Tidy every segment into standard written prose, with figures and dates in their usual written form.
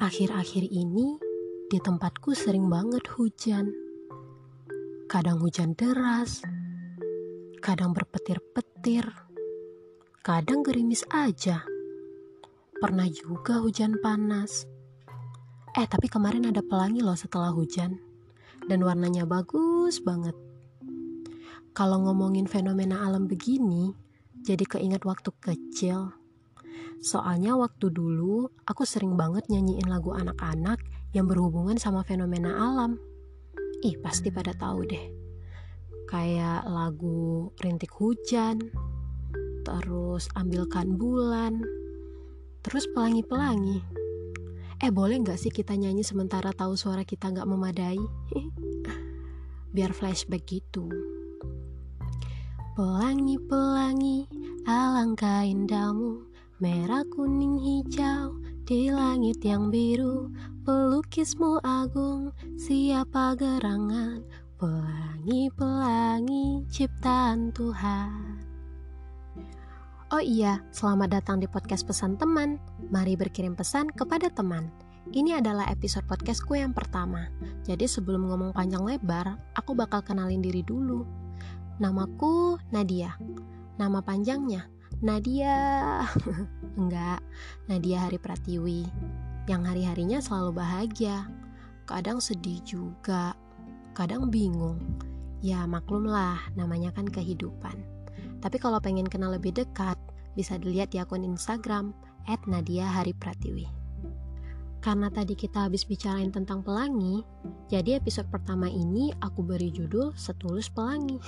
Akhir-akhir ini di tempatku sering banget hujan. Kadang hujan deras, kadang berpetir-petir, kadang gerimis aja. Pernah juga hujan panas. Tapi kemarin ada pelangi loh setelah hujan. Dan warnanya bagus banget. Kalau ngomongin fenomena alam begini, jadi keinget waktu kecil. Soalnya waktu dulu aku sering banget nyanyiin lagu anak-anak yang berhubungan sama fenomena alam. Pasti pada tahu deh. Kayak lagu Rintik Hujan, terus Ambilkan Bulan, terus Pelangi-Pelangi. Boleh gak sih kita nyanyi sementara tahu suara kita gak memadai? Biar flashback gitu. Pelangi-pelangi, alangkah indahmu, merah, kuning, hijau, di langit yang biru, pelukismu agung, siapa gerangan, pelangi-pelangi, ciptaan Tuhan. Oh iya, selamat datang di podcast Pesan Teman. Mari berkirim pesan kepada teman. Ini adalah episode podcastku yang pertama. Jadi sebelum ngomong panjang lebar, aku bakal kenalin diri dulu. Namaku Nadia. Nama panjangnya Nadia. Enggak, Nadia Hari Pratiwi. Yang hari-harinya selalu bahagia. Kadang sedih juga. Kadang bingung. Ya maklumlah, namanya kan kehidupan. Tapi kalau pengen kenal lebih dekat, bisa dilihat di akun Instagram @nadiaharipratiwi. Karena tadi kita habis bicarain tentang pelangi, jadi episode pertama ini aku beri judul Setulus Pelangi.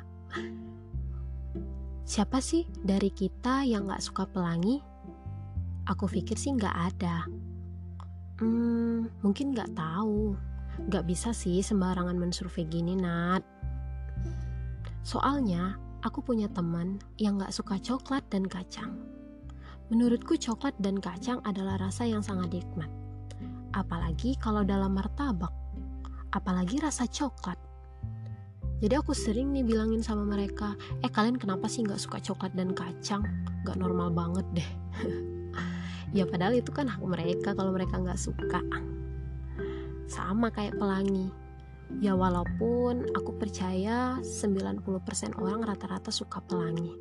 Siapa sih dari kita yang gak suka pelangi? Aku pikir sih gak ada. Mungkin gak tahu. Gak bisa sih sembarangan mensurvei gini, Nat. Soalnya aku punya teman yang gak suka coklat dan kacang. Menurutku coklat dan kacang adalah rasa yang sangat nikmat. Apalagi kalau dalam martabak. Apalagi rasa coklat. Jadi aku sering nih bilangin sama mereka, kalian kenapa sih gak suka coklat dan kacang? Gak normal banget deh. Ya padahal itu kan hak mereka kalau mereka gak suka. Sama kayak pelangi. Ya walaupun aku percaya 90% orang rata-rata suka pelangi.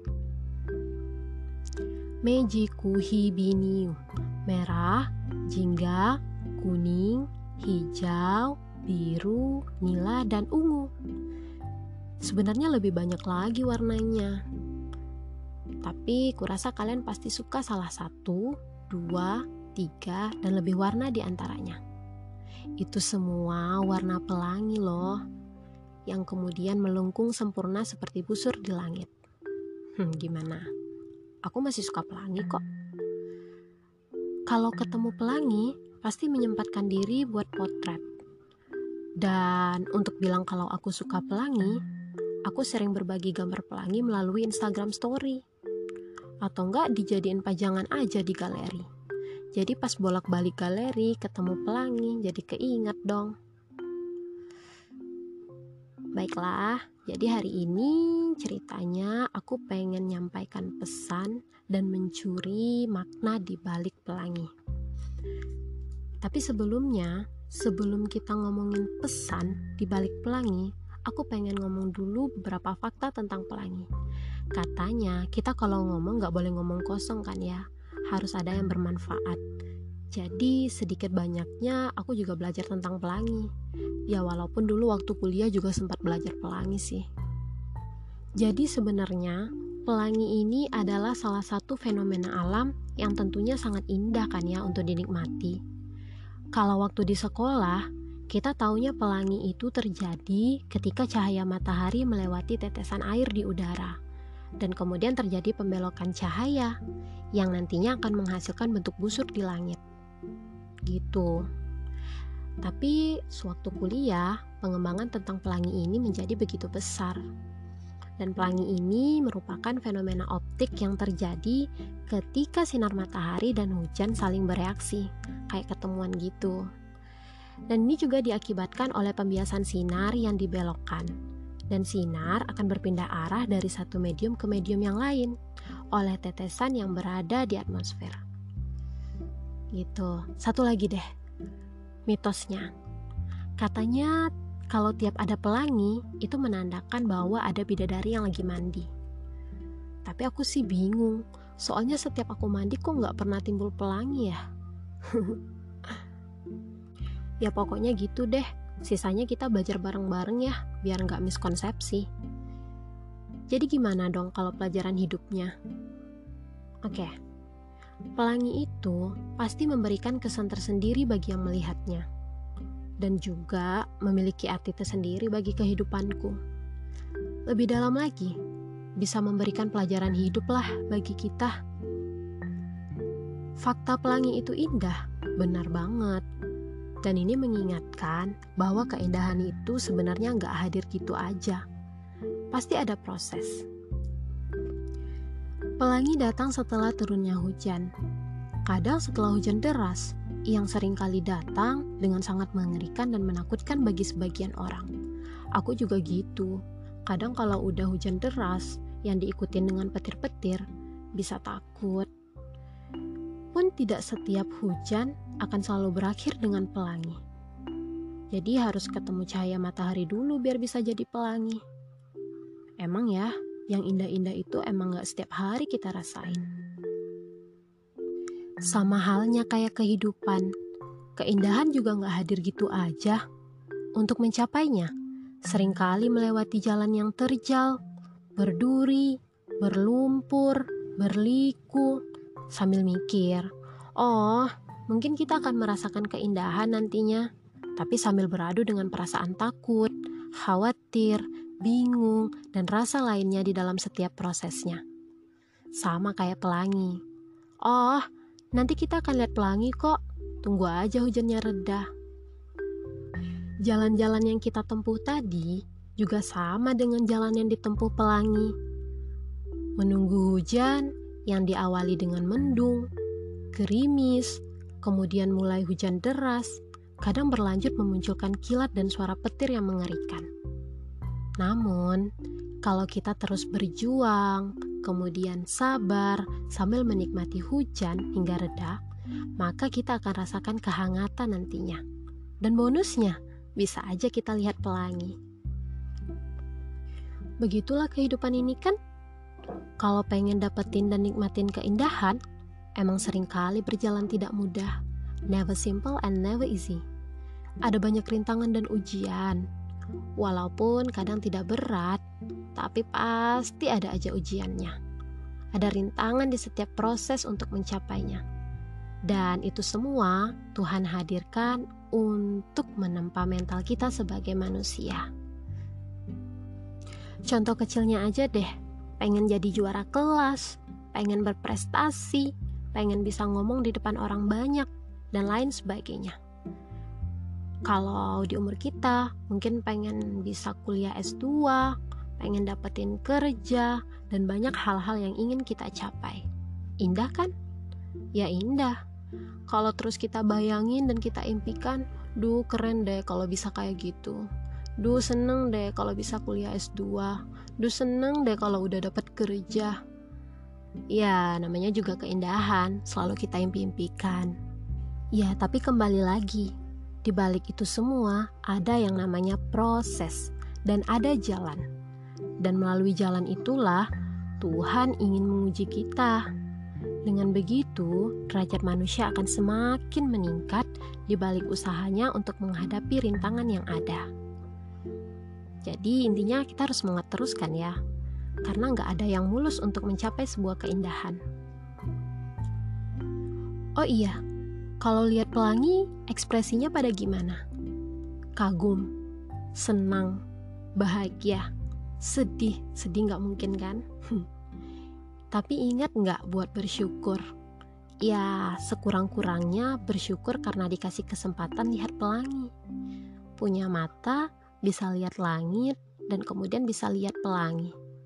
Meiji kuhibiniu, merah, jingga, kuning, hijau, biru, nila, dan ungu. Sebenarnya lebih banyak lagi warnanya. Tapi kurasa kalian pasti suka salah 1, 2, 3, dan lebih warna di antaranya. Itu semua warna pelangi loh, yang kemudian melengkung sempurna seperti busur di langit. Gimana? Aku masih suka pelangi kok. Kalau ketemu pelangi, pasti menyempatkan diri buat potret. Dan untuk bilang kalau aku suka pelangi, aku sering berbagi gambar pelangi melalui Instagram Story. Atau enggak dijadiin pajangan aja di galeri. Jadi pas bolak-balik galeri ketemu pelangi, jadi keingat dong. Baiklah, jadi hari ini ceritanya aku pengen nyampaikan pesan dan mencuri makna di balik pelangi. Tapi sebelumnya, sebelum kita ngomongin pesan di balik pelangi, aku pengen ngomong dulu beberapa fakta tentang pelangi. Katanya, kita kalau ngomong gak boleh ngomong kosong kan ya, harus ada yang bermanfaat. Jadi sedikit banyaknya aku juga belajar tentang pelangi. Ya walaupun dulu waktu kuliah juga sempat belajar pelangi sih. Jadi sebenarnya pelangi ini adalah salah satu fenomena alam yang tentunya sangat indah kan ya untuk dinikmati. Kalau waktu di sekolah, kita taunya pelangi itu terjadi ketika cahaya matahari melewati tetesan air di udara. Dan kemudian terjadi pembelokan cahaya yang nantinya akan menghasilkan bentuk busur di langit. Gitu. Tapi sewaktu kuliah, pengembangan tentang pelangi ini menjadi begitu besar. Dan pelangi ini merupakan fenomena optik yang terjadi ketika sinar matahari dan hujan saling bereaksi, kayak ketemuan gitu. Dan ini juga diakibatkan oleh pembiasan sinar yang dibelokkan. Dan sinar akan berpindah arah dari satu medium ke medium yang lain oleh tetesan yang berada di atmosfer. Gitu. Satu lagi deh, mitosnya. Katanya kalau tiap ada pelangi itu menandakan bahwa ada bidadari yang lagi mandi. Tapi aku sih bingung, soalnya setiap aku mandi kok nggak pernah timbul pelangi ya. Ya pokoknya gitu deh, sisanya kita belajar bareng-bareng ya, biar nggak miskonsepsi. Jadi gimana dong kalau pelajaran hidupnya? Oke, pelangi itu pasti memberikan kesan tersendiri bagi yang melihatnya, dan juga memiliki arti tersendiri bagi kehidupanku. Lebih dalam lagi, bisa memberikan pelajaran hidup lah bagi kita. Fakta pelangi itu indah, benar banget. Dan ini mengingatkan bahwa keindahan itu sebenarnya nggak hadir gitu aja. Pasti ada proses. Pelangi datang setelah turunnya hujan. Kadang setelah hujan deras, yang sering kali datang dengan sangat mengerikan dan menakutkan bagi sebagian orang. Aku juga gitu. Kadang kalau udah hujan deras, yang diikutin dengan petir-petir, bisa takut. Pun tidak setiap hujan akan selalu berakhir dengan pelangi. Jadi harus ketemu cahaya matahari dulu biar bisa jadi pelangi. Emang ya, yang indah-indah itu emang gak setiap hari kita rasain. Sama halnya kayak kehidupan, keindahan juga gak hadir gitu aja. Untuk mencapainya, seringkali melewati jalan yang terjal, berduri, berlumpur, berliku, sambil mikir, oh mungkin kita akan merasakan keindahan nantinya, tapi sambil beradu dengan perasaan takut, khawatir, bingung, dan rasa lainnya di dalam setiap prosesnya. Sama kayak pelangi. Oh, nanti kita akan lihat pelangi kok. Tunggu aja hujannya reda. Jalan-jalan yang kita tempuh tadi juga sama dengan jalan yang ditempuh pelangi. Menunggu hujan yang diawali dengan mendung, gerimis, kemudian mulai hujan deras, kadang berlanjut memunculkan kilat dan suara petir yang mengerikan. Namun, kalau kita terus berjuang, kemudian sabar sambil menikmati hujan hingga reda, maka kita akan rasakan kehangatan nantinya. Dan bonusnya, bisa aja kita lihat pelangi. Begitulah kehidupan ini kan. Kalau pengen dapetin dan nikmatin keindahan, emang seringkali berjalan tidak mudah. Never simple and never easy. Ada banyak rintangan dan ujian. Walaupun kadang tidak berat, tapi pasti ada aja ujiannya. Ada rintangan di setiap proses untuk mencapainya. Dan itu semua Tuhan hadirkan untuk menempa mental kita sebagai manusia. Contoh kecilnya aja deh, pengen jadi juara kelas, pengen berprestasi, pengen bisa ngomong di depan orang banyak, dan lain sebagainya. Kalau di umur kita, mungkin pengen bisa kuliah S2, pengen dapetin kerja, dan banyak hal-hal yang ingin kita capai. Indah kan? Ya indah. Kalau terus kita bayangin dan kita impikan, duh keren deh kalau bisa kayak gitu. Duh seneng deh kalau bisa kuliah S2. Duh seneng deh kalau udah dapet kerja. Ya namanya juga keindahan, selalu kita impi-impikan. Ya tapi kembali lagi, di balik itu semua ada yang namanya proses dan ada jalan. Dan melalui jalan itulah Tuhan ingin menguji kita. Dengan begitu, derajat manusia akan semakin meningkat di balik usahanya untuk menghadapi rintangan yang ada. Jadi intinya kita harus semangat terus kan ya, karena nggak ada yang mulus untuk mencapai sebuah keindahan. Oh iya, kalau lihat pelangi, ekspresinya pada gimana? Kagum, senang, bahagia, sedih nggak mungkin kan? Tapi ingat nggak buat bersyukur? Ya, sekurang-kurangnya bersyukur karena dikasih kesempatan lihat pelangi. Punya mata, bisa lihat langit, dan kemudian bisa lihat pelangi.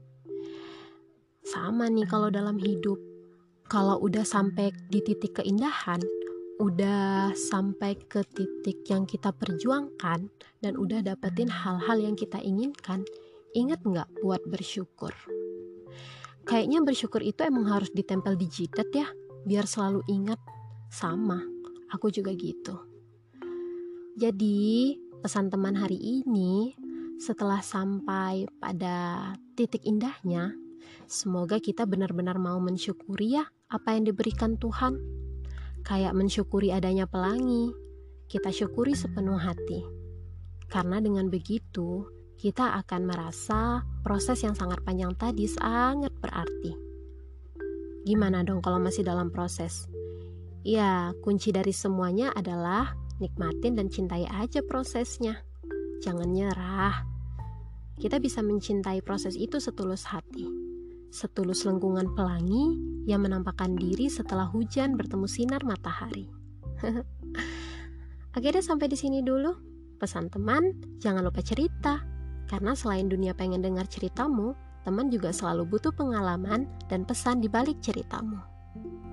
Sama nih kalau dalam hidup. Kalau udah sampai di titik keindahan, udah sampai ke titik yang kita perjuangkan, dan udah dapetin hal-hal yang kita inginkan, ingat nggak buat bersyukur? Kayaknya bersyukur itu emang harus ditempel di jidat ya, biar selalu ingat. Sama, aku juga gitu. Jadi, pesan teman hari ini, setelah sampai pada titik indahnya, semoga kita benar-benar mau mensyukuri ya apa yang diberikan Tuhan. Kayak mensyukuri adanya pelangi, kita syukuri sepenuh hati. Karena dengan begitu, kita akan merasa proses yang sangat panjang tadi sangat berarti. Gimana dong kalau masih dalam proses? Ya, kunci dari semuanya adalah nikmatin dan cintai aja prosesnya. Jangan nyerah. Kita bisa mencintai proses itu setulus hati. Setulus lengkungan pelangi yang menampakkan diri setelah hujan bertemu sinar matahari. Akhirnya sampai di sini dulu. Pesan teman, jangan lupa cerita. Karena selain dunia pengen dengar ceritamu, teman juga selalu butuh pengalaman dan pesan di balik ceritamu.